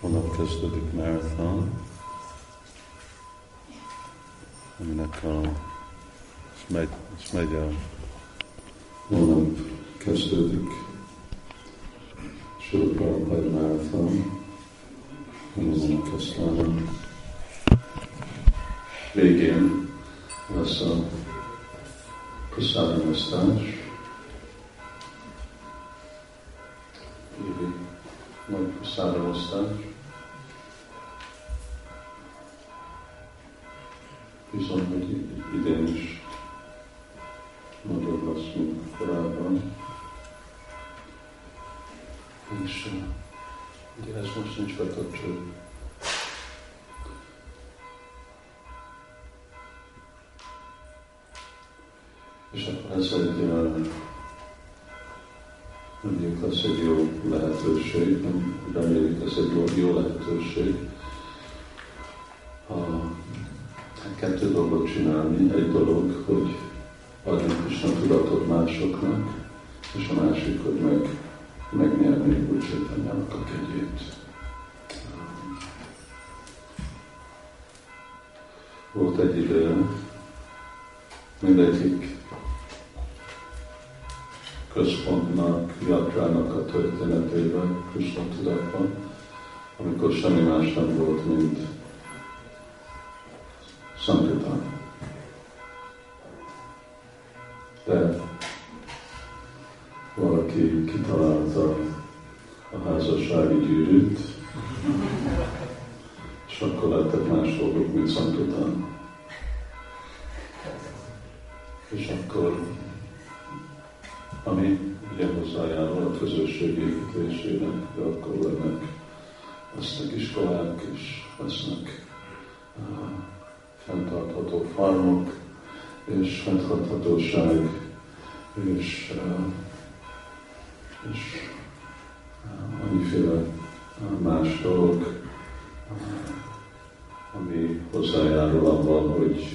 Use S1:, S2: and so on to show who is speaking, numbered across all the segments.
S1: Holnap kezdődik marathon, aminek megy a holnap kezdődik Srila Prabhupada marathon, aminek aztán végén lesz a praszádamosztás, évi nagy praszádamosztás. Viszont, hogy idén is nagyobb lesz, mint korábban. És ugye ez most nincs bekapcsolva. És akkor ez mondjuk lesz egy jó lehetőség, reméljük ez egy jó lehetőség. Kettő dolgot csinálni. Egy dolog, hogy adni Krishna tudatot másoknak, és a másik, hogy megnyerni Úr Chaitanyának a kegyét. Volt egy idő, mindegyik központnak, jatrának a történetében, Krishna tudatban, amikor semmi más nem volt, mint Sankirtan. De valaki kitalálta a házassági gyűrűt, és akkor lettek más dolgok, mint Sankirtan. És akkor, ami ugye hozzájárul a közösség építésének, de akkor lesznek iskolák, és lesznek fenntartható farmok, és fenntarthatóság, és annyiféle más dolog, ami hozzájárul abban, hogy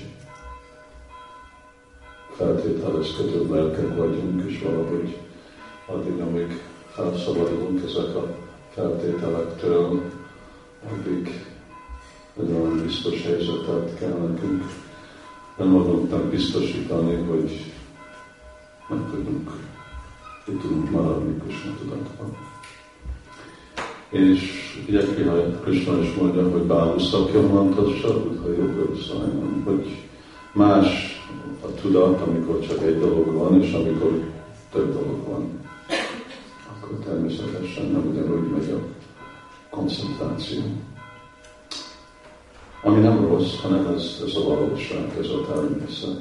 S1: feltételezkötő lelkek vagyunk, és valahogy addig, amíg felszabadulunk ezek a feltételektől, addig egy olyan biztos helyzetet kell nekünk nem magunknak biztosítani, hogy ki tudunk maradni Krishna tudatban. És ugye Krishna is mondja, hogy Bálu szakja mantassa, ha jobb szájban, hogy más a tudat, amikor csak egy dolog van, és amikor több dolog van. Akkor természetesen nem ugyanúgy megy a koncentráció. Ami nem rossz, hanem ez a valóság, ez a természet.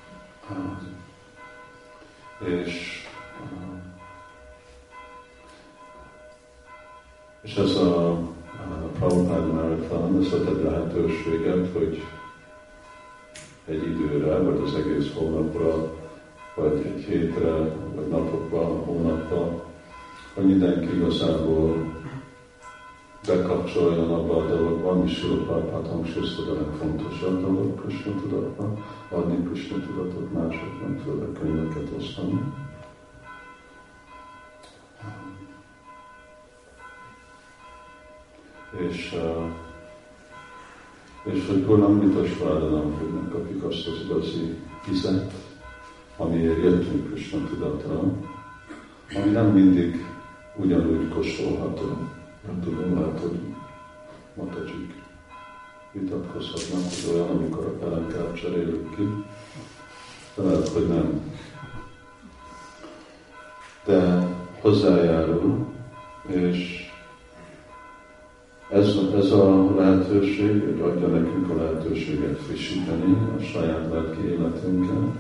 S1: És ez a Prabhupada Marathon, ez ad egy lehetőséget, hogy egy időre, vagy az egész hónapra, vagy egy hétre, vagy napokba, hónapba, hogy mindenki igazából bekapcsoljon abba a dologban, és Srila Prabhupada hangsúlyozta, a legfontosabb dolog Krishna tudatban, adni Krishna tudatot másoknak, főleg könyveket osztani. És hogy Gurnamrita Svárdanam, hogy megkapjuk azt az igazi vizet, amiért jöttünk Krishna tudatra, ami nem mindig ugyanúgy kóstolható. Nem tudom, lehet, hogy Matacsik vitatkozhatnak, hogy olyan, amikor a pelenkát cseréljük ki, de lehet, hogy nem. De hozzájárul, és ez a lehetőség, hogy adja nekünk a lehetőséget frissíteni a saját lelki életünket,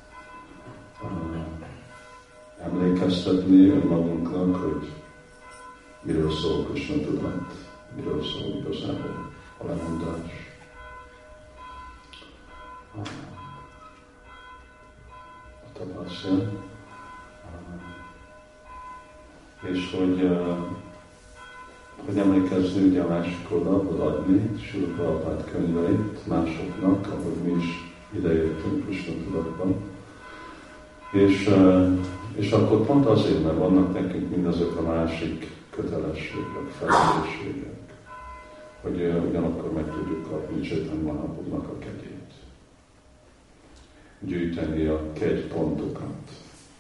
S1: emlékeztetni önmagunknak, hogy miről szól Krishna tudat, miről szól igazából a lemondás. A tapasztja. És hogy emlékezni ugye a másik oldalhoz adni Srila Prabhupada könyveit másoknak, ahogy mi is ideértünk Krishna tudatban. És akkor pont azért, mert vannak nekünk mindazok a másik kötelességek, felelősségek. hogy ugyanakkor meg tudjuk kapni Chaitanya Mahaprabhunak a kegyét. Gyűjteni a kegypontokat.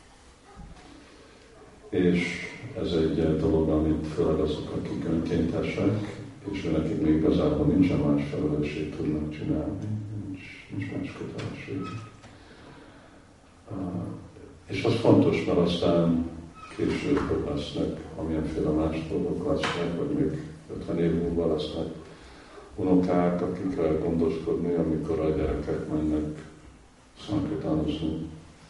S1: És ez egy dolog, amit főleg azok, akik önkéntesek, és nekik még igazából nincsen más felelősség tudnak csinálni, nincs más kötelesség. És az fontos, mert aztán később lesznek, amilyenféle más dolgok lesznek, vagy még 50 év múlva lesznek unokák, akikre gondoskodni, amikor a gyerekek mennek szankritánozni.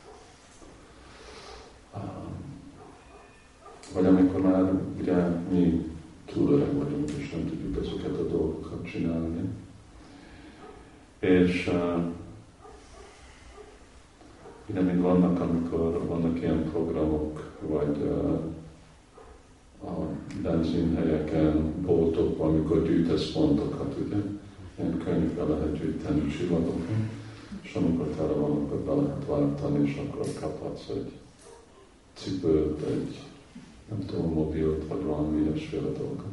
S1: Vagy amikor már ugye mi túl öreg vagyunk, és nem tudjuk ezeket a dolgokat csinálni. És ugye mind vannak, amikor vannak ilyen programok, vagy a benzinhelyeken, boltokban, amikor gyűjtesz pontokat, ugye? Ilyen könyvbe lehet gyűjteni csillagokon, és amikor tele van, akkor be lehet váltani, és akkor kaphatsz egy cipőt, egy nem tudom, mobilt, vagy valami ilyesféle dolgot.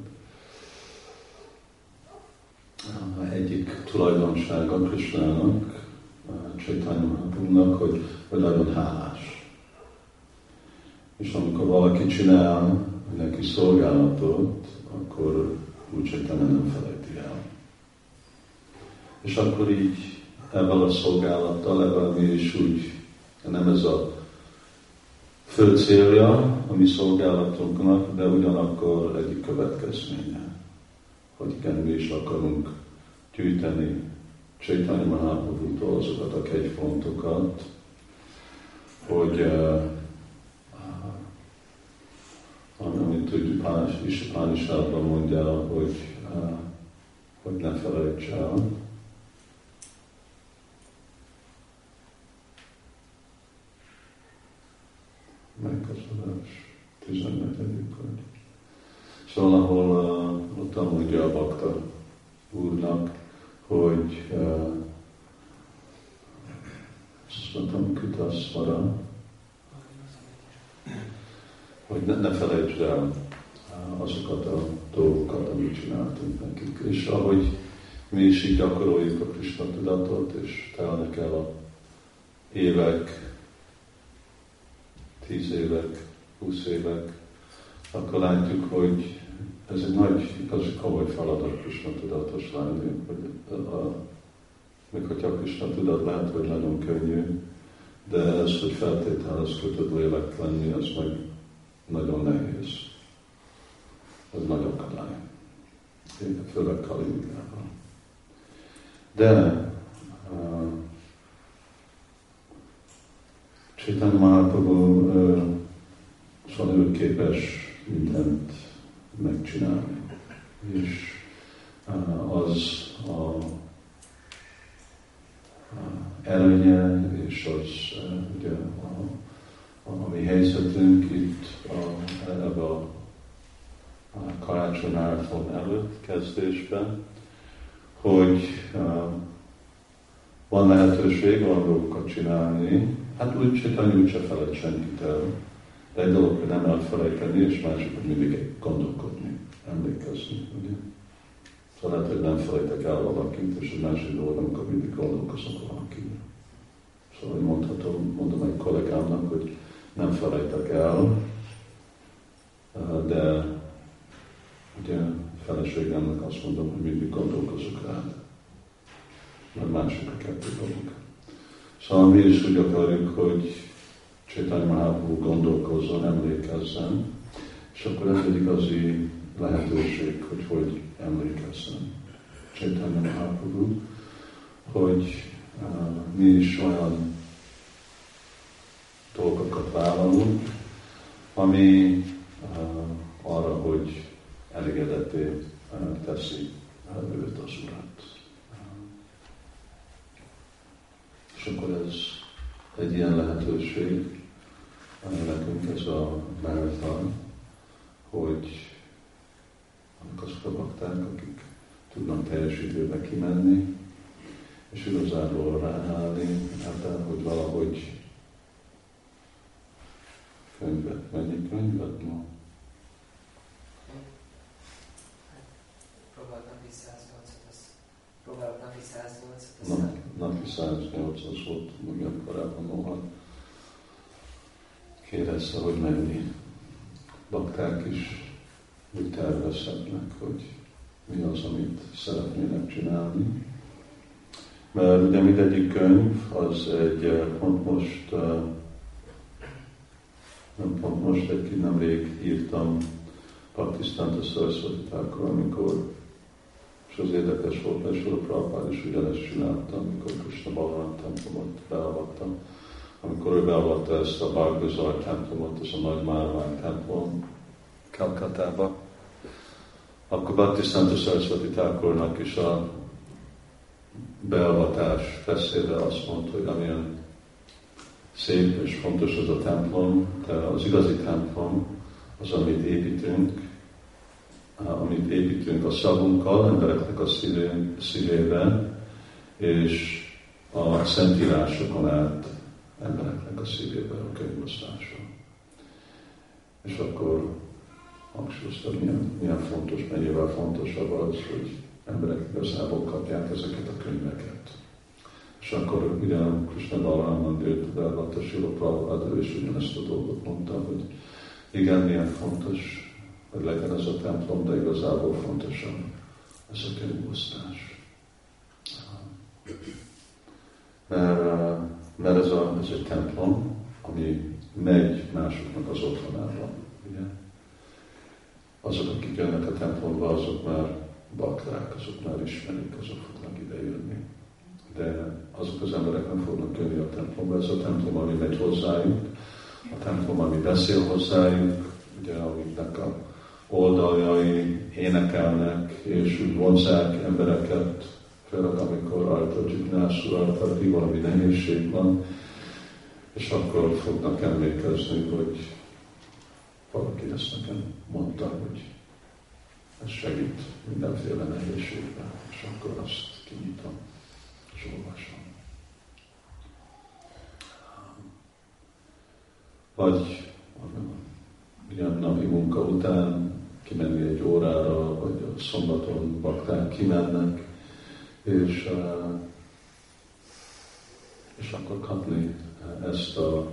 S1: Egyik tulajdonsága Krishnának, Chaitanya Mahaprabhunak, hogy nagyon hálás. És amikor valaki csinál neki szolgálatot, akkor úgy Chaitanya nem felejti el. És akkor így ebben a szolgálattal, ebben mi is úgy, nem ez a fő célja a mi szolgálatunknak, de ugyanakkor egyik következménye, hogy igen, mi is akarunk gyűjteni Chaitanya Mahaprabhutól azokat a kegypontokat, hogy amit tudjuk, Upanishadban mondja, hogy ne felejts el. Megköszönös 14. hogy. Szóval ahol ott mondja a Bakta úrnak, hogy azt mondtam, Kütaszvara, hogy ne felejtsd el azokat a dolgokat, amit csináltunk nekik. És ahogy mi is így gyakoroljuk a Krishna tudatot, és telnek el a évek, 10 évek, 20 évek, akkor látjuk, hogy ez egy nagy, igazi komoly feladat Krishna tudatos lenni, hogy még hogyha a Krishna tudat lehet, hogy nagyon könnyű, de ez, hogy feltételez kötött lélek lenni, az meg nagyon nehéz. Ez nagy akadály. Főleg Kali-jugában. De Chaitanya Mahaprabhu szóval ő képes mindent megcsinálni. És az a előnye, és az ugye a mi helyzetünk itt ebbe a karácsonyárton előtt kezdésben, hogy van lehetőség van dolgokat csinálni, hát úgy se felejt senkit el, de egy dolog, hogy nem elfelejteni, és másik, hogy mindig gondolkodni, emlékezni, ugye? Szóval lehet, hogy nem felejtek el valakit, és egy másik dolog, amikor mindig gondolkozok valakit. Szóval mondom egy kollégámnak, hogy nem felejtek el, de ugye feleségemnek azt mondom, hogy mindig gondolkozok rád. Mert másik a kettő dolog. Szóval mi is úgy akarjuk, hogy Chaitanya Mahaprabhu gondolkozzon, emlékezzen, és akkor ez egy igazi lehetőség, hogy emlékezzen Chaitanya Mahaprabhu, hogy mi is olyan dolgokat vállalunk, ami arra, hogy elégedetté teszi őt, az Urat. És akkor ez egy ilyen lehetőség, nekünk ez a marathon, hogy azok a bakták, akik tudnak teljes időbe kimenni, és igazából ráállni, hát hogy valahogy mennyi könyvet ma?
S2: Próbáltam Próbálok napi 108-at.
S1: Napi 108 az volt, ugyan korábban Mohan kérdezte, hogy mennyi bakták is úgy tervezhetnek, hogy mi az, amit szeretnének csinálni. Mert ugye mindegyik könyv az egy pont most egy nemrég írtam Bhaktisiddhanta Saraswati Thakur, amikor, és az érdekes volt, mert Srila Prabhupád is ugyanezt csinálta, amikor Krishna Balaram templomot beavattam. Amikor ő beavatta ezt a Bagdazar templomot, ez a nagy márvány templom Kalkatába, akkor Bhaktisiddhanta Saraswati Thakurnak is a beavatás beszéde azt mondta, hogy amilyen szép és fontos az a templom, de az igazi templom az, amit építünk a szavunkkal, embereknek a szívében, és a szentírásokon át embereknek a szívébe, a könyvosztása. És akkor hangsúlyoztam, milyen fontos, mennyivel fontosabb az, hogy emberek igazából kapják ezeket a könyveket. És akkor ugyan Krishna Balaram Mandirtbe elvette Srila Prabhupád, és ugyanezt a dolgot mondta, hogy igen, milyen fontos, hogy legyen ez a templom, de igazából fontosabb ez a könyvosztás. Mert ez egy templom, ami megy másoknak az otthonába. Ugye? Azok, akik jönnek a templomba, azok már bakták, azok már ismerik, azok fognak idejönni. De azok az emberek nem fognak jönni a templomba. Ez a templom, ami megy hozzájuk, a templom, ami beszél hozzájuk, ugye, amiknek a oldaljai énekelnek, és úgy vonzák embereket, főleg amikor Arta Jignászur, valami nehézség van, és akkor fognak emlékezni, hogy valaki ezt nekem mondta, hogy ez segít mindenféle nehézségben, és akkor azt kinyitom, és olvasom. Vagy ilyen napi munka után kimenni egy órára, vagy a szombaton bakták kimennek, és akkor kapni ezt a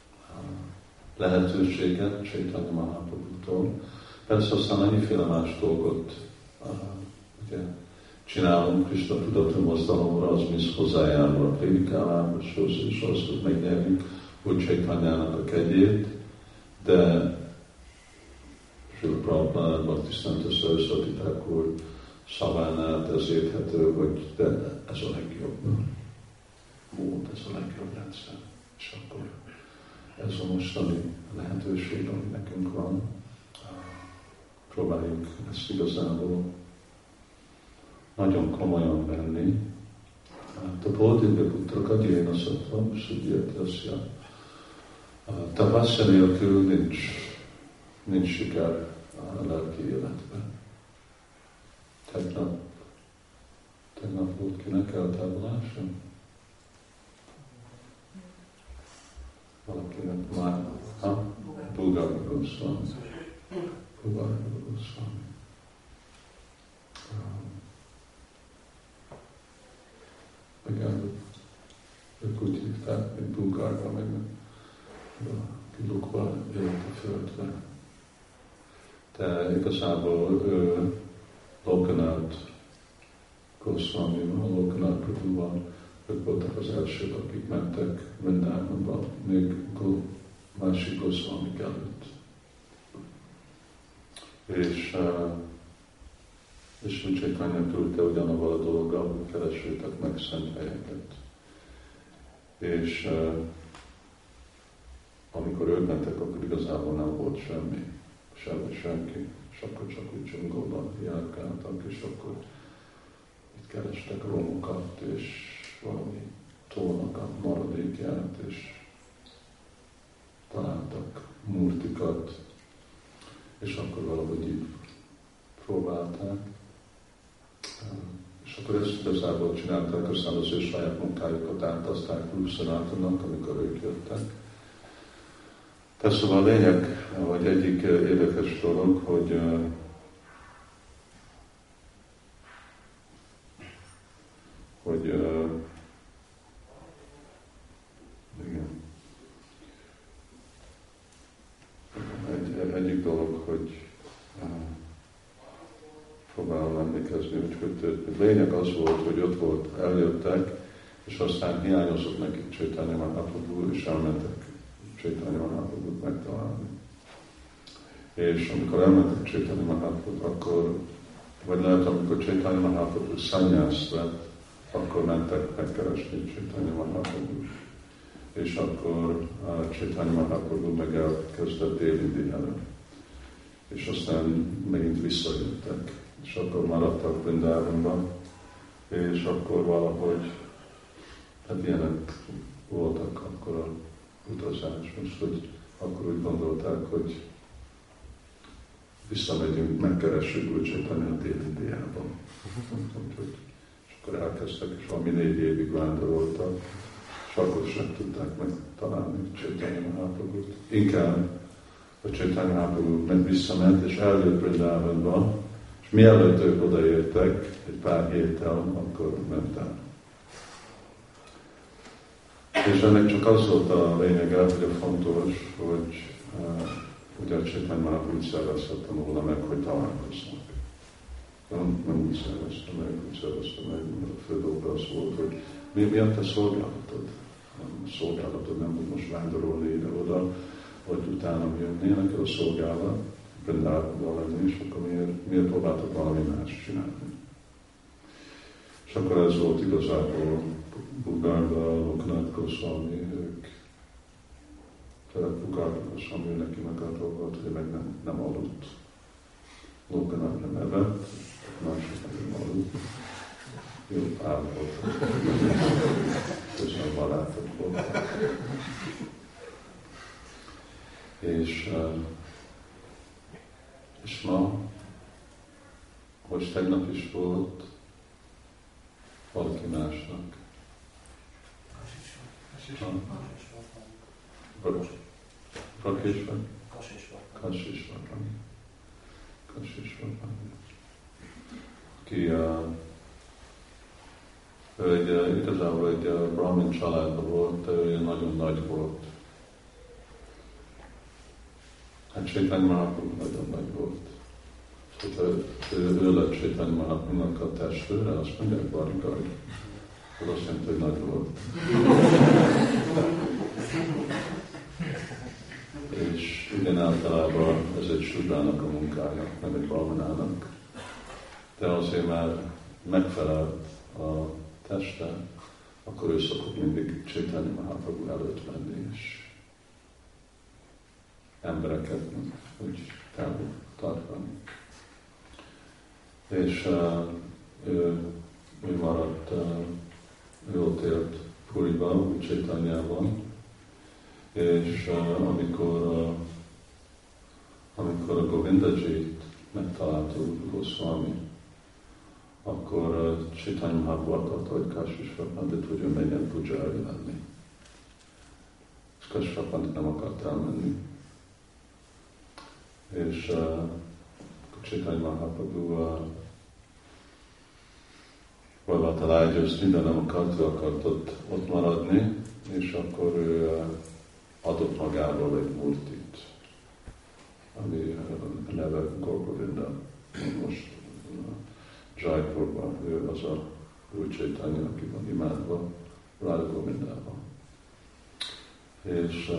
S1: lehetőséget Chaitanya Mahaprabhutól. Persze aztán annyiféle más dolgot ugye, csinálunk Krishna tudatú mozdalomra, az mi hozzájárul a prédikáláshoz, és az, hogy megnyerjük úgy Chaitanyának a kegyét, de Srila Prabhupád, Bhaktisiddhanta Saraswati Thakur szavánál ez érthető, hogy de ez a legjobb mód, ez a legjobb rendszer. És akkor ez a mostani lehetőség, ami nekünk van. Próbáljuk ezt igazából nagyon komolyan venni. A Bodhidve Putraka Gyéna Sattvam Sudhyatyasya. Tapasya nélkül nincs siker a lelki életben. Tegnap volt kinek eltávolása? Valakinek már? Bulgár Goswami. Igen, ők úgy hívták, mint Bulgárban, meg kilukva élt a földre. De igazából Lokanath Goswami-val, Lokanath Prabhuval, ők voltak az elsők, akik mentek Vrindávonba, még másik Goswami előtt. És Chaitanya küldte ugyanavval a dologgal, hogy keressétek meg szent helyeket. És amikor ők mentek, akkor igazából nem volt semmi, senki, és akkor csak úgy dzsungolban járkáltak, és akkor itt kerestek romokat, és valami tónak a maradékját, és találtak murtikat, és akkor valahogy így próbálták. És akkor ezt igazából csinálták, aztán az ő saját munkájukat átazták Russzanátonak, amikor ők jöttek. Tehát szóval a lényeg, vagy egyik érdekes dolog, hogy hogy igen. Egyik dolog, hogy próbálom emlékezni, hogy lényeg az volt, hogy ott volt, eljöttek, és aztán hiányozott nekik Chaitanya Mahaprabhu, és elmentek Chaitanya Mahaprabhut megtalálni. És amikor elmentek Chaitanya Mahaprabhut, akkor, vagy lehet, amikor Chaitanya Mahaprabhu szanyászt vett, akkor mentek megkeresni Chaitanya Mahaprabhut. És akkor Chaitanya Mahaprabhu meg elkezdett déli déhelni. És aztán megint visszajöttek. És akkor maradtak Vrindávonban, és akkor valahogy, hát ilyenek voltak akkor a utazás, most, hogy akkor úgy gondolták, hogy visszamegyünk, megkeressük úgy Chaitanya déli déhában. És akkor elkezdtek, és valami 4 évig vándoroltak, és akkor sem tudták megtalálni Chaitanya Mahaprabhut. Inkább a Chaitanya Mahaprabhu meg visszament, és eljött Vrindávonba, és mielőtt ők odaértek, egy pár héttel, akkor ment el. És ennek csak az volt a lényege, hogy a fontos, hogy ugye a Chaitanya Mahaprabhu szervezhette volna meg, hogy találkoznak. Nem úgy szervezte meg, a fő dolga az volt, hogy mi a te szolgálatod? A szolgálatod nem, hogy most vándorolni ide-oda, vagy utána jönni, neked a szolgálat, Vrindávonban lenni, és akkor miért próbáltak valami más csinálni? És akkor ez volt igazából Bugárda, Loknath Goswami, ők, tehát Bugárda Goswami, neki meg arról volt, hogy meg nem aludt. Loknath nem evett, másik nem aludt. Jó pár volt. Közben barátok voltak. És ma, most tegnap is volt valaki másnak. Kasisvarban. Aki igazából egy brahmin családban volt, de ő nagyon nagy volt. Hát Chaitanya Mahaprabhu nagyon nagy volt. Szóval ő lett Chaitanya Mahaprabhunak a testvére, azt mondják, Gari. Az azt jelenti, hogy nagy volt. És igen, általában ez egy sudrának a munkája, nem egy brahmanának. De azért már megfelelt a teste, akkor ő szokott mindig Chaitanya Mahaprabhu előtt menni, és embereket úgy tartani. És ő maradt, ő ott élt Puriban, úgy Chaitanyában, és amikor a Govindajit megtalálta Goswami, akkor Chaitanya Mahaprabhu akarta, hogy Kasisvara Pandit tudjon menjen pujári lenni. És Kasisvara Pandit nem akart elmenni. És Chaitanya Mahaprabhu próbálta rágyőzni, de nem akart, ő akart ott maradni, és akkor ő adott magáról egy murtit, ami a neve Gaur-Govinda. Most Jaipurban ő az a Úr Chaitanya, aki van imádva Radha Govindában. És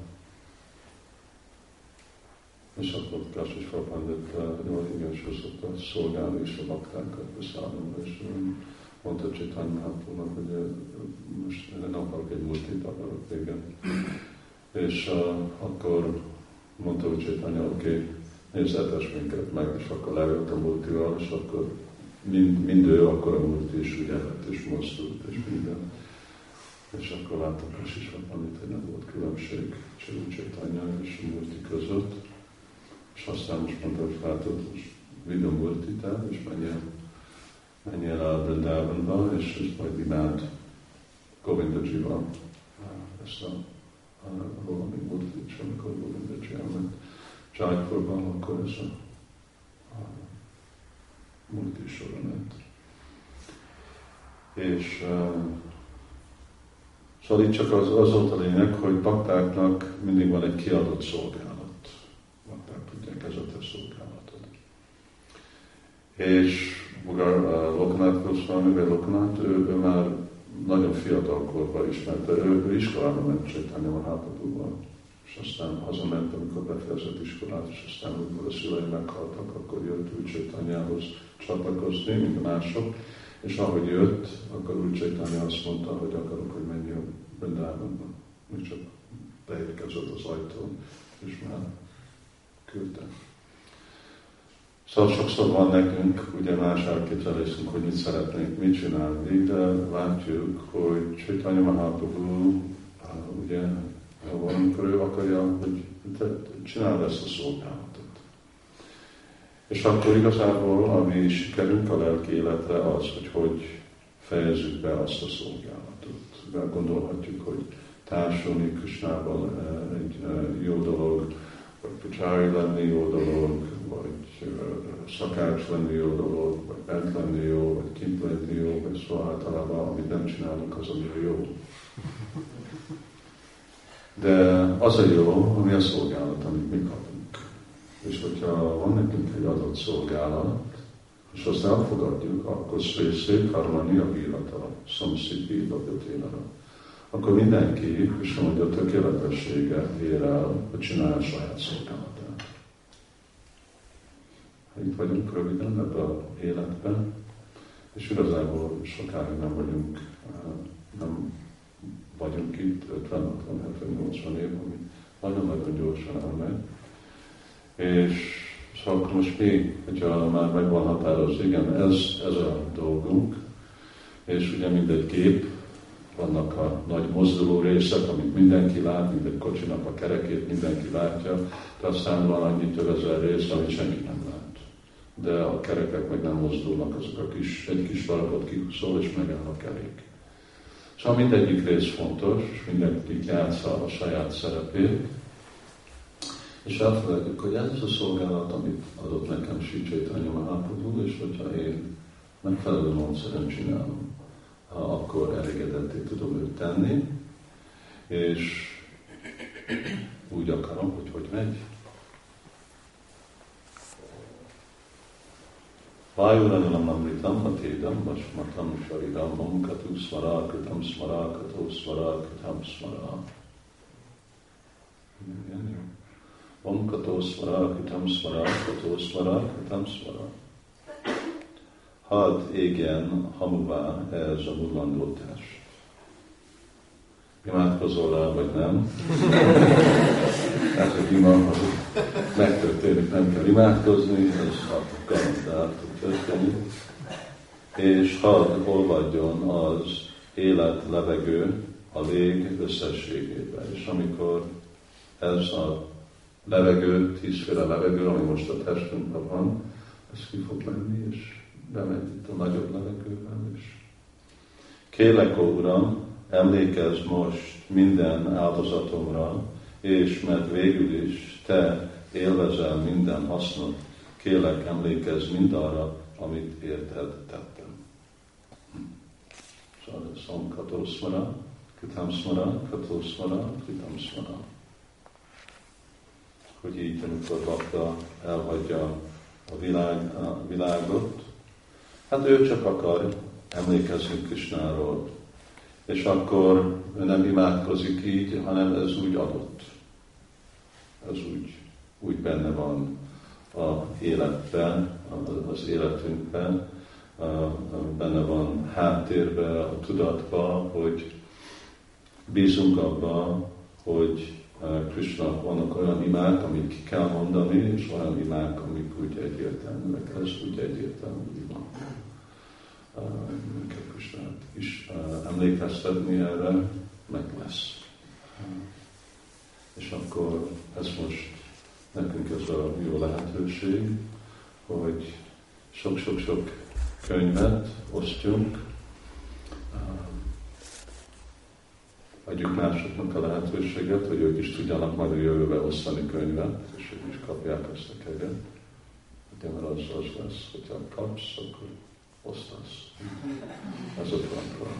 S1: akkor Kasisvara Pandit jól igen szokta szolgálni is a baktákat beszállomra, és mondta Chaitanya Mahaprabhunak, hogy most nem akarok egy multit, akarok igen. És akkor mondta, hogy Chaitanya, oké, nézzetes minket meg, és akkor leült a multival, és akkor mind ő, akkor a multi is ugye lett, és mozdult, és minden. És akkor láttam Kasisvara Pandit, hogy nem volt különbség Chaitanya és a multi között. És aztán most mondta, hogy látod, most vidd a multit el, és menjél el Vrindávonba, és majd imád Govindajival ezt a valami multit, és amikor Govindaji elment Jaipurban, akkor ez a multi sorra ment. És szóval itt csak az volt a lényeg, hogy baktáknak mindig van egy kiadott szolgálat. Bakták tudják, ez a te szolgálatod. És Lokanath Goswami, vagy Lokanath, ő már nagyon fiatal korban ismerte, ő iskolába ment Chaitanya Mahaprabhuval, és aztán hazament, amikor befejezett iskolát, és aztán, amikor a szülei meghaltak, akkor jött Úr Chaitanyához csatlakozni, mint mások, és ahogy jött, akkor Úr Chaitanya azt mondta, hogy akarok, hogy menjünk Vrindávonba. Még csak beérkezett az ajtón, és már küldtem. Szóval sokszor van nekünk ugye más elképzelésünk, hogy mit szeretnénk, mit csinálni, de látjuk, hogy Chaitanya Mahaprabhu ugye valamikor ő akarja, hogy csináld ezt a szolgálatot. És akkor igazából, ami sikerünk a lelki életre az, hogy fejezzük be azt a szolgálatot. Gondolhatjuk, hogy társulni Krisnával egy jó dolog, vagy pucsári lenni jó dolog, vagy szakács lenni jó dolog, vagy bent lenni jó, vagy kint lenni jó, vagy szóval általában, amit nem csinálunk, az, ami jó. De az a jó, ami a szolgálat, amit mi kapunk. És hogyha van nekünk egy adott szolgálat, és azt elfogadjuk, akkor szép harmónia bírata, szomszédi labdaténara. Akkor mindenki, és mondja, a tökéletessége ér el, hogy csinálja a saját szolgálatát. Itt vagyunk röviden ebben az életben, és igazából sokáig nem vagyunk itt, 50, 60, 70, 80 év, ami nagyon-nagyon gyorsan elmegy. És szóval most mi, hogyha már meg van határozva, igen, ez a dolgunk, és ugye mindegy gép, vannak a nagy mozduló részek, amit mindenki lát, mint egy kocsinak a kerekét mindenki látja, de aztán van annyi több ezer rész, amit senki nem lát. De a kerekek meg nem mozdulnak, azok egy kis darabot kihúzol, és megáll a kerék. Szóval mindegyik rész fontos, és mindenki játsza a saját szerepét, és elfelejtjük, hogy ez a szolgálat, amit adott nekem Sri Chaitanya Mahaprabhu, és hogyha én megfelelő módszeren csinálom, akkor elégedetté tudom őt tenni, és úgy akarom, hogy megy. Vajuranilam amritam hatédam, vasmatam saridam, omkatu smara, kritam smara, kato smara, kritam smara. Omkatu smara, kritam smara, kato smara, kritam smara. Hadd égjen hamuvá ez a mullandó test. Imádkozol rá, vagy nem? Hát, hogy ima, megtörténik, nem kell imádkozni, ez a garantált tud történni. És hadd olvadjon az élet levegő a lég összességében. És amikor ez a levegő, 10-féle levegő, ami most a testünkben van, ez ki fog menni, és bemegy itt a nagyobb levegőben is. Kérlek, ó Uram, emlékezz most minden áldozatomra, és mert végül is Te élvezel minden hasznot, kérlek, emlékezz mindarra, amit érted tettem. Szóval szom katószmara, kritamszmara, katószmara, kritamszmara. Hogy így, amikor bakta elhagyja a világot, hát ő csak akar emlékezni Krisnáról. És akkor ő nem imádkozik így, hanem ez úgy adott. Ez úgy benne van az életben, az életünkben, benne van háttérben, a tudatban, hogy bízunk abban, hogy Krishna, vannak olyan imák, amit ki kell mondani, és olyan imák, amik úgy egyértelműek. Ez úgy egyértelmű van. Kell Krishnát is emlékeztetni erre, meg lesz. És akkor ez most nekünk ez a jó lehetőség, hogy sok-sok-sok könyvet osztjunk, adjuk másoknak a lehetőséget, hogy ők is tudjanak majd a jövőbe osztani könyvet, és ők is kapják ezt a kegyet. Ugye, mert az lesz, hogyha kapsz, akkor osztasz. Ez a front.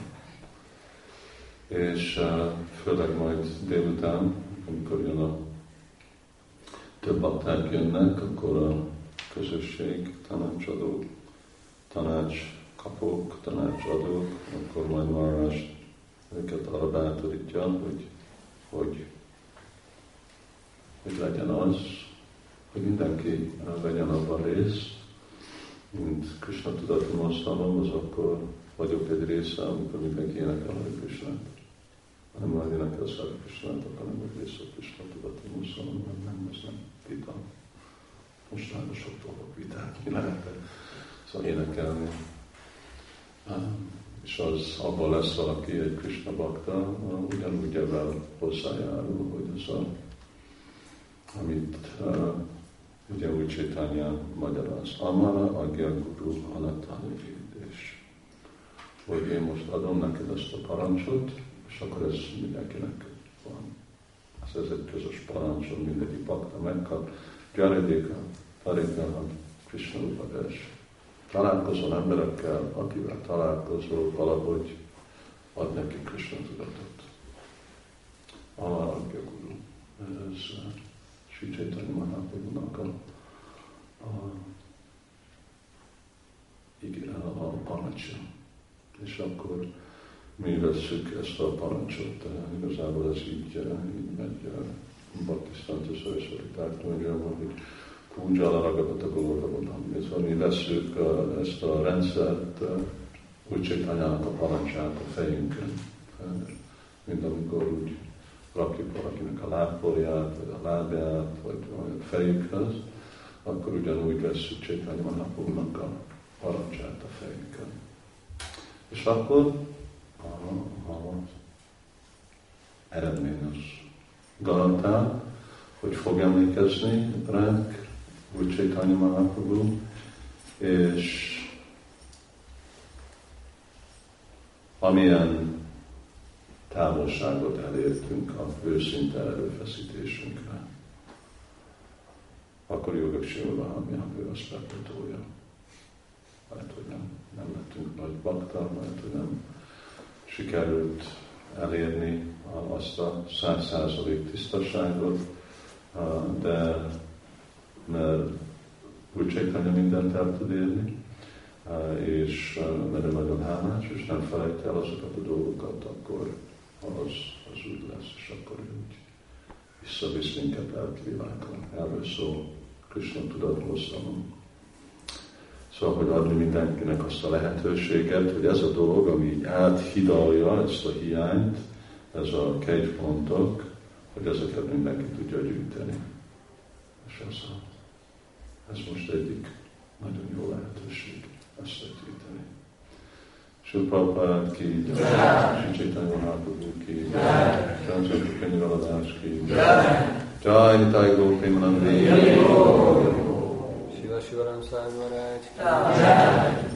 S1: És főleg majd délután, amikor jön a több bakták jönnek, akkor a közösség, tanácsadók, tanácskapók, tanácsadók, akkor majd Maharaj őket arra bátorítja, hogy legyen az, hogy mindenki vegyen abban részt, mint Krishna tudati mozdalom, az akkor vagyok egy része, amikor mindenki énekel a Krishnát. Nem majd énekel a Krishnát, akkor nem egy része a Krishna tudati mozdalom, nem, ez nem vita. Most nagyon sok dolgok viták, mi lehet szóval énekelni. És az abban lesz valaki egy Krishna bakta, ugyanúgy ebben hozzájárul, hogy az amit ugye úgy Chaitanya magyaráz. Amara agya guru anatani és hogy én most adom neked ezt a parancsot, és akkor ez mindenkinek van. Ez egy közös parancs, mindegyik bakta megkap. Gyaradéka, Tarika, Krishna Upadás. Találkozol emberekkel, akivel találkozol, valahogy ad neki Krishna tudatot. Amara agya guru. Ez Sri Chaitanya Mahaprabhunak a parancsja. És akkor mi vesszük ezt a parancsot, igazából ez így megy Bhaktisztanta Saraswati Tárgyban, hogy Pújjala Ragadata Goloravadam. Szóval mi vesszük ezt a rendszert, úgy Chaitanyának a parancsát a fejünkön. Mint amikor úgy rakjuk valakinek a lábporját, vagy a lábját, vagy a fejükhöz, akkor ugyanúgy vesszük Chaitanya Mahaprabhunak a parancsát a fejünkön. És akkor az eredmény az garantál, hogy fog emlékezni ránk, úgy Chaitanya Mahaprabhu, és amilyen távolságot elértünk a őszinte erőfeszítésünkre, akkor Jogak Sivahamja, ő azt megmutatja. Lehet, hogy nem lettünk nagy bakta, lehet, hogy nem sikerült elérni azt a 100% tisztaságot, de mert úgy Chaitanya mindent el tud érni, és mert ő nagyon hálás, és nem felejt el azokat a dolgokat, akkor az úgy lesz, és akkor úgy visszavisz minket elvilágon. Erről szól Krishna tudatmozdalom. Szóval, hogy adni mindenkinek azt a lehetőséget, hogy ez a dolog, ami így áthidalja ezt a hiányt, ez a kegypontok, hogy ezeket mindenki tudja gyűjteni. És ez most egyik nagyon jó lehetőség ezt gyűjteni. Sri Prabhupada ki, Sri Chaitanya Mahaprabhu ki, Sri Könyveladás ki, Jai Nitai Gaur Premanande,
S3: Shiva Shivaram Swami Maharaj.